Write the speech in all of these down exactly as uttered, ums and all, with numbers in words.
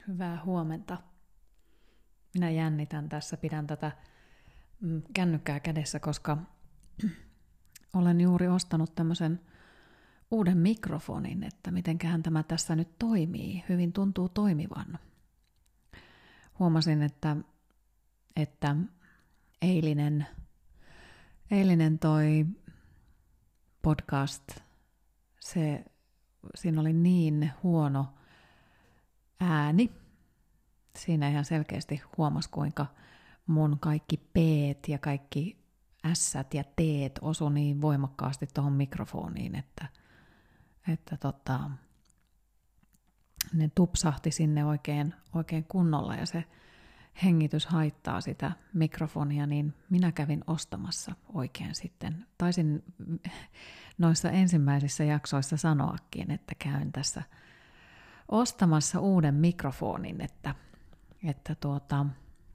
Hyvää huomenta. Minä jännitän tässä, pidän tätä kännykkää kädessä, koska olen juuri ostanut tämmöisen uuden mikrofonin, että mitenköhän tämä tässä nyt toimii. Hyvin tuntuu toimivan. Huomasin, että, että eilinen, eilinen toi podcast, se, siinä oli niin huono ääni. Siinä ihan selkeästi huomasi, kuinka mun kaikki P:t ja kaikki S:t ja T:t osu niin voimakkaasti tuohon mikrofoniin, että, että tota, ne tupsahti sinne oikein, oikein kunnolla ja se hengitys haittaa sitä mikrofonia, niin minä kävin ostamassa oikein sitten. Taisin noissa ensimmäisissä jaksoissa sanoakin, että käyn tässä ostamassa uuden mikrofonin, että, että tuota,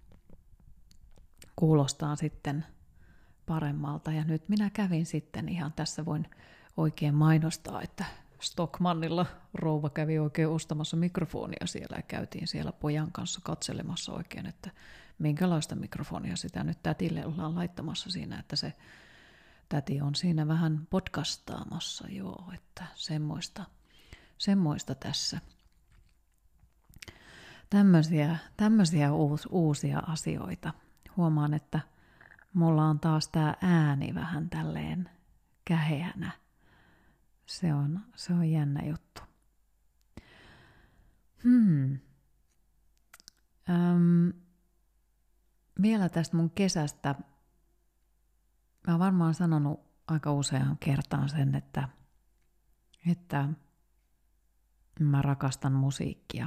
kuulostaa sitten paremmalta. Ja nyt minä kävin sitten ihan tässä, voin oikein mainostaa, että Stockmannilla rouva kävi oikein ostamassa mikrofonia siellä ja käytiin siellä pojan kanssa katselemassa oikein, että minkälaista mikrofonia sitä nyt tätille ollaan laittamassa siinä, että se täti on siinä vähän podcastaamassa, joo, että semmoista, semmoista tässä. Tämmöisiä, tämmöisiä uus, uusia asioita. Huomaan, että mulla on taas tää ääni vähän tälleen käheänä. Se on, se on jännä juttu. Hmm. Öm, vielä tästä mun kesästä. Mä oon varmaan sanonut aika useaan kertaan sen, että, että mä rakastan musiikkia.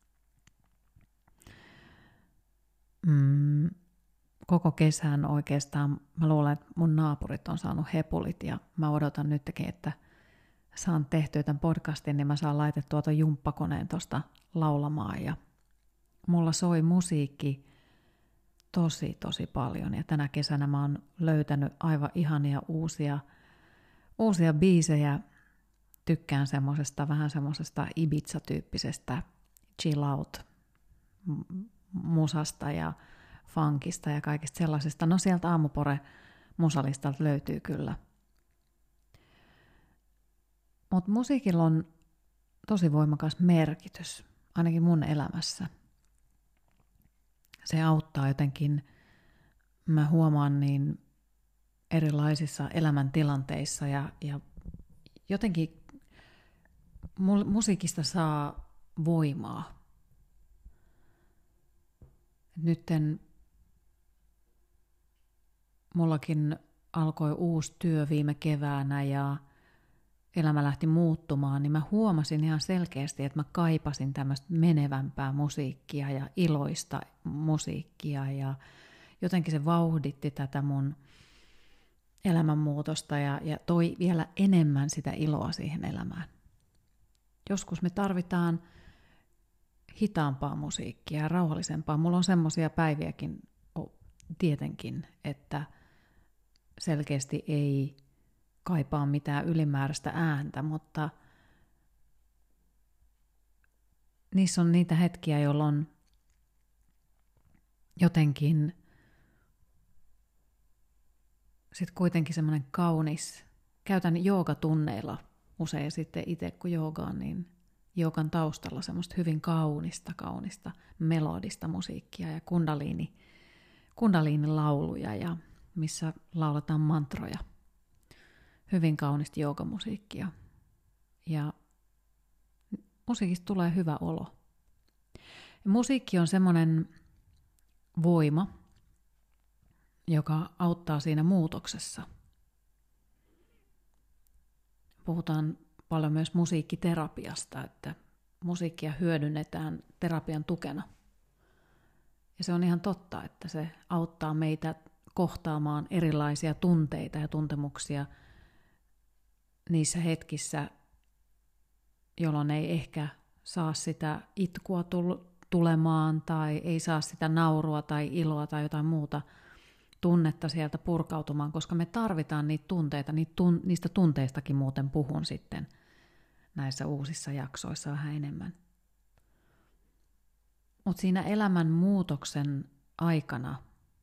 Mm, koko kesän oikeastaan mä luulen, että mun naapurit on saanut hepulit ja mä odotan nytkin, että saan tehtyä tämän podcastin, niin mä saan laitettua tuon jumppakoneen tuosta laulamaan ja mulla soi musiikki tosi tosi paljon ja tänä kesänä mä oon löytänyt aivan ihania uusia, uusia biisejä. Tykkään semmosesta vähän semmosesta Ibiza-tyyppisestä chill out musasta ja funkista ja kaikista sellaisesta. No sieltä Aamupore musalistalta löytyy kyllä. Mutta musiikilla on tosi voimakas merkitys, ainakin mun elämässä. Se auttaa jotenkin, mä huomaan niin erilaisissa elämäntilanteissa ja, ja jotenkin musiikista saa voimaa. Nytten mullakin alkoi uusi työ viime keväänä ja elämä lähti muuttumaan, niin mä huomasin ihan selkeästi, että mä kaipasin tämmöistä menevämpää musiikkia ja iloista musiikkia ja jotenkin se vauhditti tätä mun elämänmuutosta ja, ja toi vielä enemmän sitä iloa siihen elämään. Joskus me tarvitaan hitaampaa musiikkia ja rauhallisempaa. Mulla on semmoisia päiviäkin tietenkin, että selkeästi ei kaipaa mitään ylimääräistä ääntä, mutta niissä on niitä hetkiä, jolloin jotenkin sitten kuitenkin semmoinen kaunis, käytän joogatunneilla usein sitten itse kun joogaan, niin joogan taustalla semmoista hyvin kaunista, kaunista melodista musiikkia ja kundaliini, kundaliinin lauluja ja missä lauletaan mantroja. Hyvin kaunista joogamusiikkia. Ja musiikista tulee hyvä olo. Ja musiikki on semmoinen voima, joka auttaa siinä muutoksessa. Puhutaan paljon myös musiikkiterapiasta, että musiikkia hyödynnetään terapian tukena. Ja se on ihan totta, että se auttaa meitä kohtaamaan erilaisia tunteita ja tuntemuksia niissä hetkissä, jolloin ei ehkä saa sitä itkua tulemaan tai ei saa sitä naurua tai iloa tai jotain muuta tunnetta sieltä purkautumaan, koska me tarvitaan niitä tunteita, niistä tunteistakin muuten puhun sitten näissä uusissa jaksoissa vähän enemmän. Mutta siinä elämän muutoksen aikana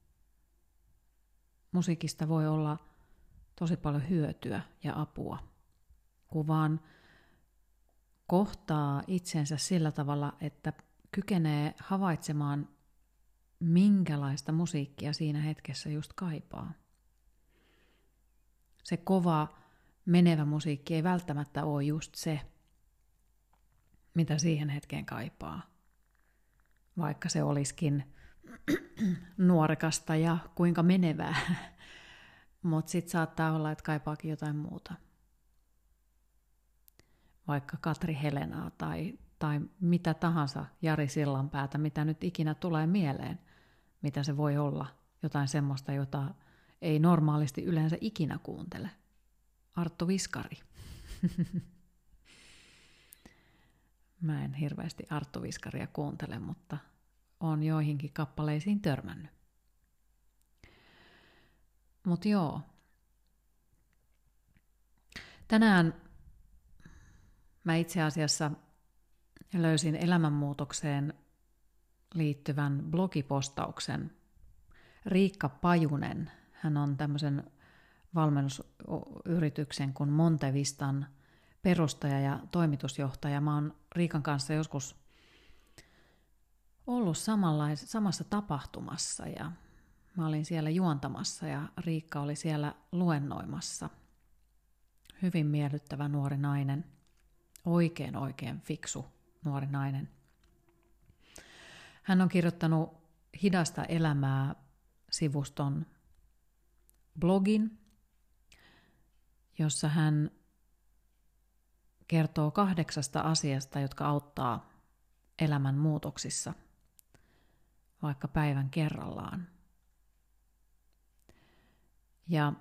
musiikista voi olla tosi paljon hyötyä ja apua, kun vaan kohtaa itsensä sillä tavalla, että kykenee havaitsemaan, minkälaista musiikkia siinä hetkessä just kaipaa. Se kova, menevä musiikki ei välttämättä ole just se, mitä siihen hetkeen kaipaa. Vaikka se olisikin nuorekasta ja kuinka menevää. Mutta sitten saattaa olla, että kaipaakin jotain muuta. Vaikka Katri Helenaa tai, tai mitä tahansa Jari Sillanpäätä, mitä nyt ikinä tulee mieleen. Mitä se voi olla. Jotain semmoista, jota ei normaalisti yleensä ikinä kuuntele. Arttu Viskari. Mä en hirveästi Arttu Viskaria kuuntele, mutta on joihinkin kappaleisiin törmännyt. Mut joo. Tänään mä itse asiassa löysin elämänmuutokseen liittyvän blogipostauksen. Riikka Pajunen, hän on tämmöisen valmennusyrityksen kuin Montevistan perustaja ja toimitusjohtaja. Mä oon Riikan kanssa joskus ollut samanlais- samassa tapahtumassa ja mä olin siellä juontamassa ja Riikka oli siellä luennoimassa. Hyvin miellyttävä nuori nainen. Oikein oikein fiksu nuori nainen. Hän on kirjoittanut Hidasta elämää -sivuston blogin, jossa hän kertoo kahdeksasta asiasta, jotka auttaa elämän muutoksissa, vaikka päivän kerrallaan. Ja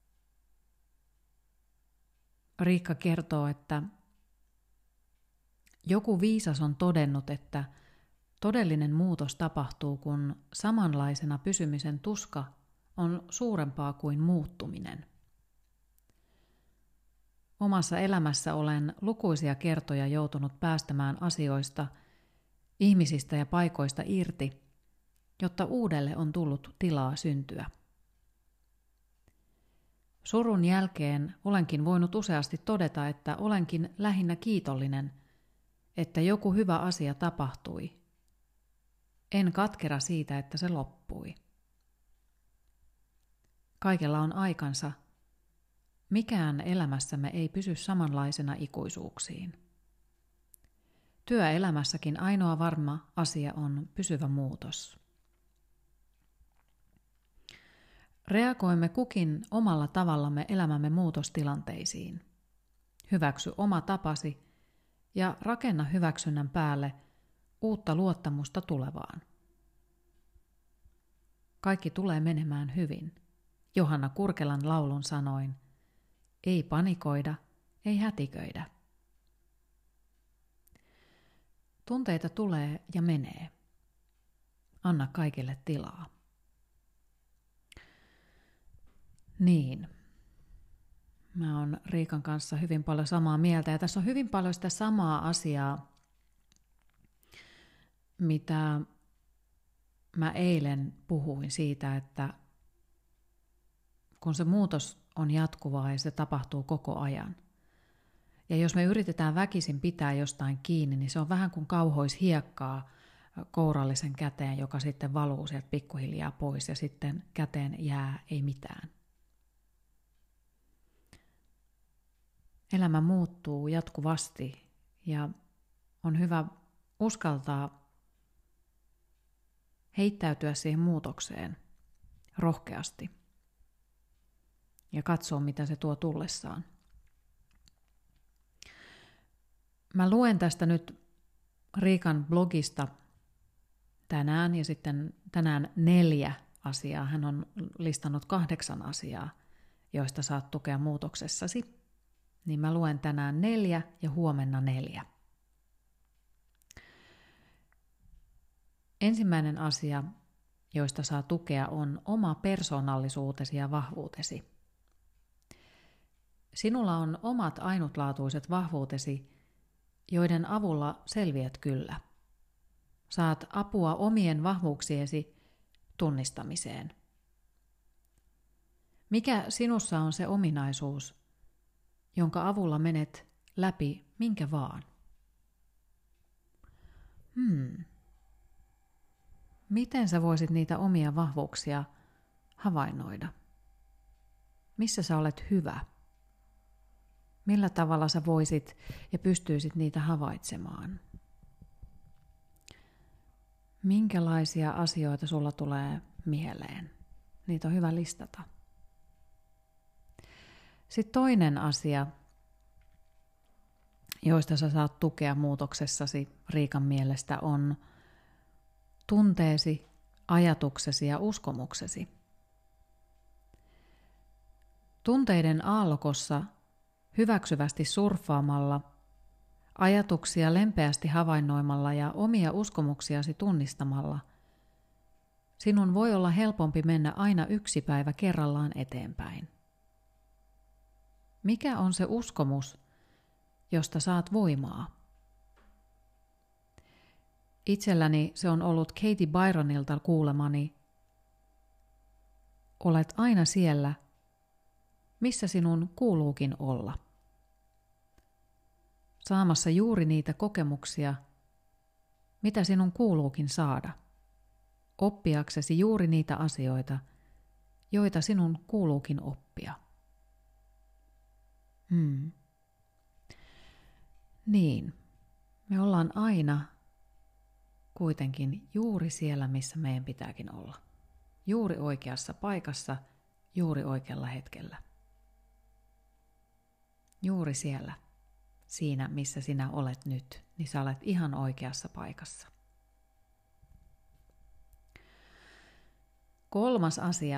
Riikka kertoo, että joku viisas on todennut, että todellinen muutos tapahtuu, kun samanlaisena pysymisen tuska on suurempaa kuin muuttuminen. Omassa elämässä olen lukuisia kertoja joutunut päästämään asioista, ihmisistä ja paikoista irti, jotta uudelle on tullut tilaa syntyä. Surun jälkeen olenkin voinut useasti todeta, että olenkin lähinnä kiitollinen, että joku hyvä asia tapahtui. En katkera siitä, että se loppui. Kaikella on aikansa. Mikään elämässämme ei pysy samanlaisena ikuisuuksiin. Työelämässäkin ainoa varma asia on pysyvä muutos. Reagoimme kukin omalla tavallamme elämämme muutostilanteisiin. Hyväksy oma tapasi ja rakenna hyväksynnän päälle uutta luottamusta tulevaan. Kaikki tulee menemään hyvin. Johanna Kurkelan laulun sanoin, ei panikoida, ei hätiköidä. Tunteita tulee ja menee. Anna kaikille tilaa. Niin. Mä oon Riikan kanssa hyvin paljon samaa mieltä ja tässä on hyvin paljon sitä samaa asiaa, mitä mä eilen puhuin siitä, että kun se muutos on jatkuvaa ja se tapahtuu koko ajan. Ja jos me yritetään väkisin pitää jostain kiinni, niin se on vähän kuin kauhois hiekkaa kourallisen käteen, joka sitten valuu sieltä pikkuhiljaa pois ja sitten käteen jää ei mitään. Elämä muuttuu jatkuvasti ja on hyvä uskaltaa heittäytyä siihen muutokseen rohkeasti ja katsoa, mitä se tuo tullessaan. Mä luen tästä nyt Riikan blogista tänään ja sitten tänään neljä asiaa. Hän on listannut kahdeksan asiaa, joista saat tukea muutoksessasi. Niin mä luen tänään neljä ja huomenna neljä. Ensimmäinen asia, joista saa tukea, on oma persoonallisuutesi ja vahvuutesi. Sinulla on omat ainutlaatuiset vahvuutesi, joiden avulla selviät kyllä. saat apua omien vahvuuksiesi tunnistamiseen. Mikä sinussa on se ominaisuus, jonka avulla menet läpi minkä vaan? Hmm. Miten sä voisit niitä omia vahvuuksia havainnoida? Missä sä olet hyvä? Millä tavalla sä voisit ja pystyisit niitä havaitsemaan? Minkälaisia asioita sulla tulee mieleen? Niitä on hyvä listata. Sitten toinen asia, joista sä saat tukea muutoksessasi Riikan mielestä, on tunteesi, ajatuksesi ja uskomuksesi. Tunteiden aallokossa hyväksyvästi surffaamalla, ajatuksia lempeästi havainnoimalla ja omia uskomuksiasi tunnistamalla, sinun voi olla helpompi mennä aina yksi päivä kerrallaan eteenpäin. Mikä on se uskomus, josta saat voimaa? Itselläni se on ollut Katie Byronilta kuulemani: olet aina siellä, missä sinun kuuluukin olla. Saamassa juuri niitä kokemuksia, mitä sinun kuuluukin saada. Oppiaksesi juuri niitä asioita, joita sinun kuuluukin oppia. Hmm. Niin, me ollaan aina kuitenkin juuri siellä, missä meidän pitääkin olla. Juuri oikeassa paikassa, juuri oikealla hetkellä. Juuri siellä, siinä missä sinä olet nyt, niin sä olet ihan oikeassa paikassa. Kolmas asia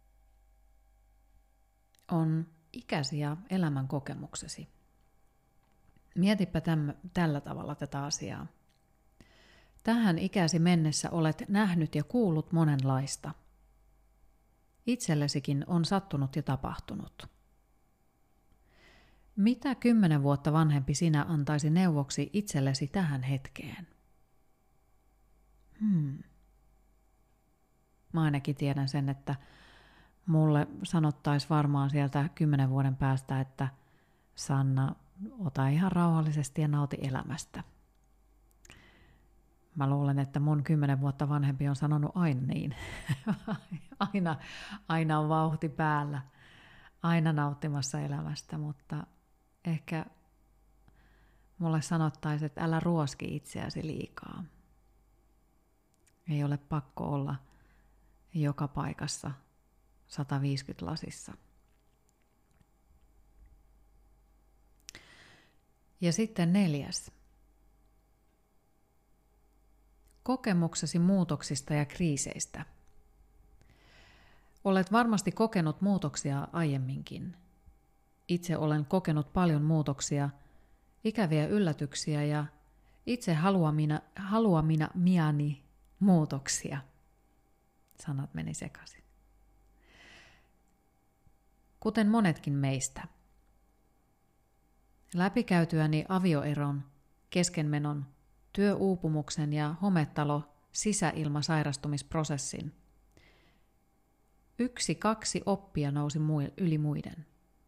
on ikäsi ja elämän kokemuksesi. Mietipä täm, tällä tavalla tätä asiaa. Tähän ikäsi mennessä olet nähnyt ja kuullut monenlaista. Itsellesikin on sattunut ja tapahtunut. Mitä kymmenen vuotta vanhempi sinä antaisi neuvoksi itsellesi tähän hetkeen? Hmm. Mä ainakin tiedän sen, että mulle sanottaisiin varmaan sieltä kymmenen vuoden päästä, että Sanna, ota ihan rauhallisesti ja nauti elämästä. Mä luulen, että mun kymmenen vuotta vanhempi on sanonut aina niin. aina, aina on vauhti päällä, aina nauttimassa elämästä, mutta ehkä mulle sanottaisiin, että älä ruoski itseäsi liikaa. Ei ole pakko olla joka paikassa sata viisikymmentä lasissa. Ja sitten neljäs. Kokemuksesi muutoksista ja kriiseistä. Olet varmasti kokenut muutoksia aiemminkin. Itse olen kokenut paljon muutoksia, ikäviä yllätyksiä ja itse haluamina, haluamina miani muutoksia. Sanat meni sekaisin. Kuten monetkin meistä. Läpikäytyäni avioeron, keskenmenon, työuupumuksen ja hometalo sisäilmasairastumisprosessin. Yksi, kaksi oppia nousi yli muiden.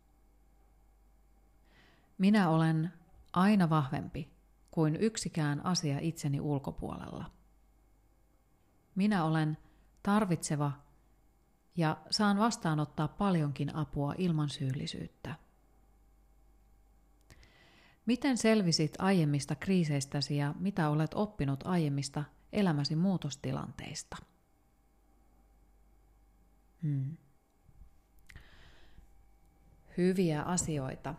Minä olen aina vahvempi kuin yksikään asia itseni ulkopuolella. Minä olen tarvitseva ja saan vastaanottaa paljonkin apua ilman syyllisyyttä. Miten selvisit aiemmista kriiseistäsi ja mitä olet oppinut aiemmista elämäsi muutostilanteista? Hmm. Hyviä asioita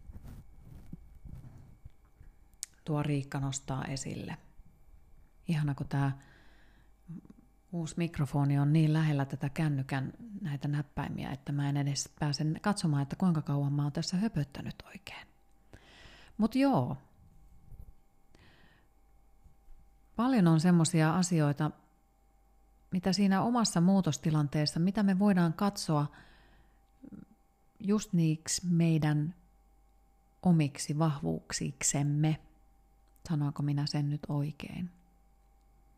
tuo Riikka nostaa esille. Ihana, kun tämä uusi mikrofoni on niin lähellä tätä kännykän näitä näppäimiä, että mä en edes pääse katsomaan, että kuinka kauan mä oon tässä höpöttänyt oikein. Mutta joo, paljon on semmoisia asioita, mitä siinä omassa muutostilanteessa, mitä me voidaan katsoa just niiksi meidän omiksi vahvuuksiksemme. Sanoinko minä sen nyt oikein?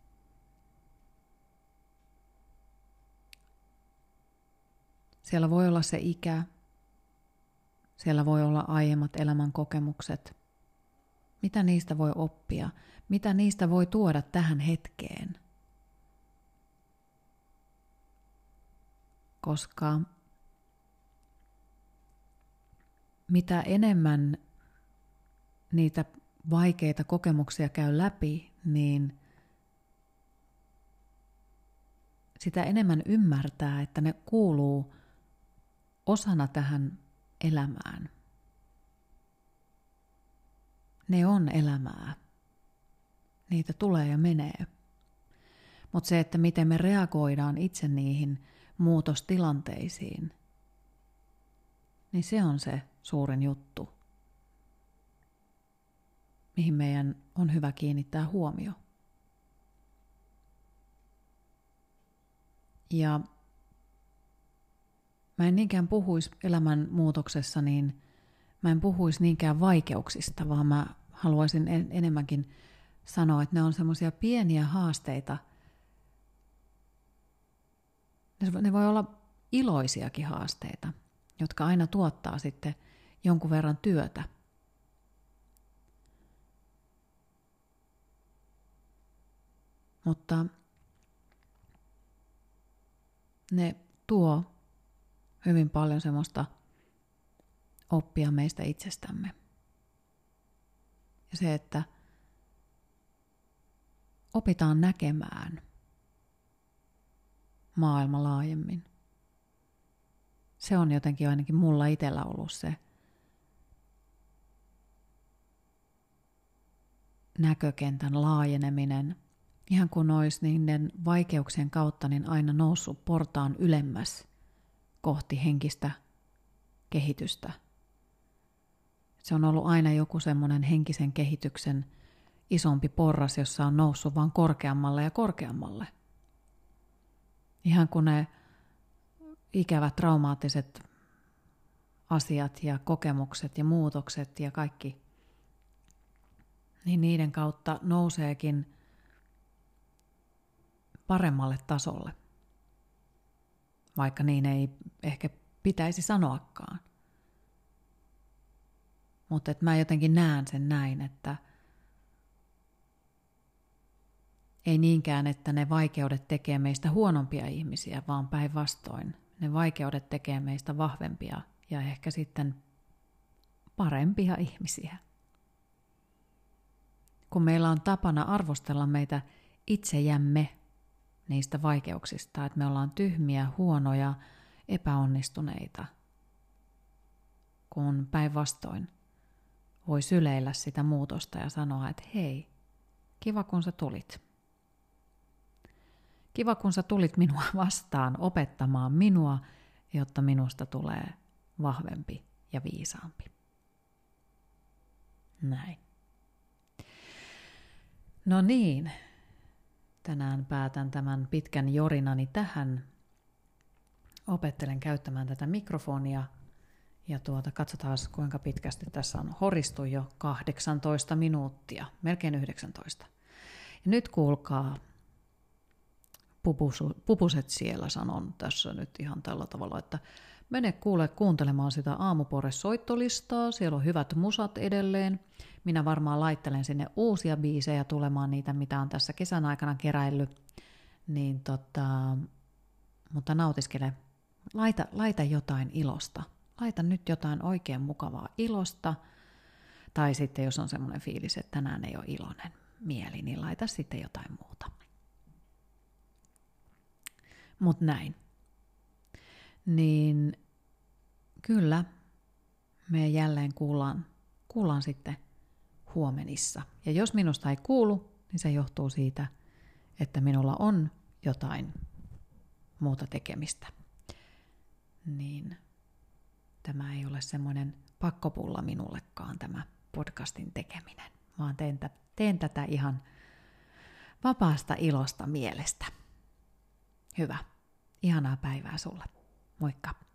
Siellä voi olla se ikä, siellä voi olla aiemmat elämän kokemukset. Mitä niistä voi oppia? Mitä niistä voi tuoda tähän hetkeen? Koska mitä enemmän niitä vaikeita kokemuksia käy läpi, niin sitä enemmän ymmärtää, että ne kuuluu osana tähän elämään. Ne on elämää. Niitä tulee ja menee. Mutta se, että miten me reagoidaan itse niihin muutostilanteisiin, niin se on se suurin juttu, mihin meidän on hyvä kiinnittää huomio. Ja mä en niinkään puhuisi elämän muutoksessa, niin mä en puhuisi niinkään vaikeuksista, vaan mä haluaisin en, enemmänkin sanoa, että ne on semmoisia pieniä haasteita. Ne, ne voi olla iloisiakin haasteita, jotka aina tuottaa sitten jonkun verran työtä. Mutta ne tuo hyvin paljon semmoista oppia meistä itsestämme. Ja se, että opitaan näkemään maailma laajemmin. Se on jotenkin ainakin mulla itsellä ollut se näkökentän laajeneminen. Ihan kun olisi niiden vaikeuksien kautta niin aina noussut portaan ylemmäs kohti henkistä kehitystä. Se on ollut aina joku semmoinen henkisen kehityksen isompi porras, jossa on noussut vaan korkeammalle ja korkeammalle. Ihan kun ne ikävät traumaattiset asiat ja kokemukset ja muutokset ja kaikki, niin niiden kautta nouseekin paremmalle tasolle, vaikka niin ei ehkä pitäisi sanoakaan. Mutta mä jotenkin näen sen näin, että ei niinkään, että ne vaikeudet tekee meistä huonompia ihmisiä, vaan päinvastoin. Ne vaikeudet tekee meistä vahvempia ja ehkä sitten parempia ihmisiä. Kun meillä on tapana arvostella meitä itsejämme niistä vaikeuksista, että me ollaan tyhmiä, huonoja, epäonnistuneita, kun päinvastoin voi syleillä sitä muutosta ja sanoa, että hei, kiva kun sä tulit. Kiva kun sä tulit minua vastaan opettamaan minua, jotta minusta tulee vahvempi ja viisaampi. Näin. No niin, tänään päätän tämän pitkän jorinani tähän. Opettelen käyttämään tätä mikrofonia ja tuota, katsotaan kuinka pitkästi tässä on horistu jo kahdeksantoista minuuttia, melkein yhdeksäntoista. Ja nyt kuulkaa, pupusu, pupuset siellä sanon tässä nyt ihan tällä tavalla, että mene kuule kuuntelemaan sitä Aamupore-soittolistaa, siellä on hyvät musat edelleen. Minä varmaan laittelen sinne uusia biisejä tulemaan niitä, mitä on tässä kesän aikana keräillyt. Niin tota, mutta nautiskele, laita, laita jotain ilosta. Laita nyt jotain oikein mukavaa ilosta. Tai sitten jos on semmoinen fiilis, että tänään ei ole iloinen mieli, niin laita sitten jotain muuta. Mut näin. Niin kyllä, me jälleen kuullaan, kuullaan sitten huomenissa. Ja jos minusta ei kuulu, niin se johtuu siitä, että minulla on jotain muuta tekemistä. Niin tämä ei ole semmoinen pakkopulla minullekaan tämä podcastin tekeminen, vaan teen, t- teen tätä ihan vapaasta ilosta mielestä. Hyvä. Ihanaa päivää sulle. Moikka.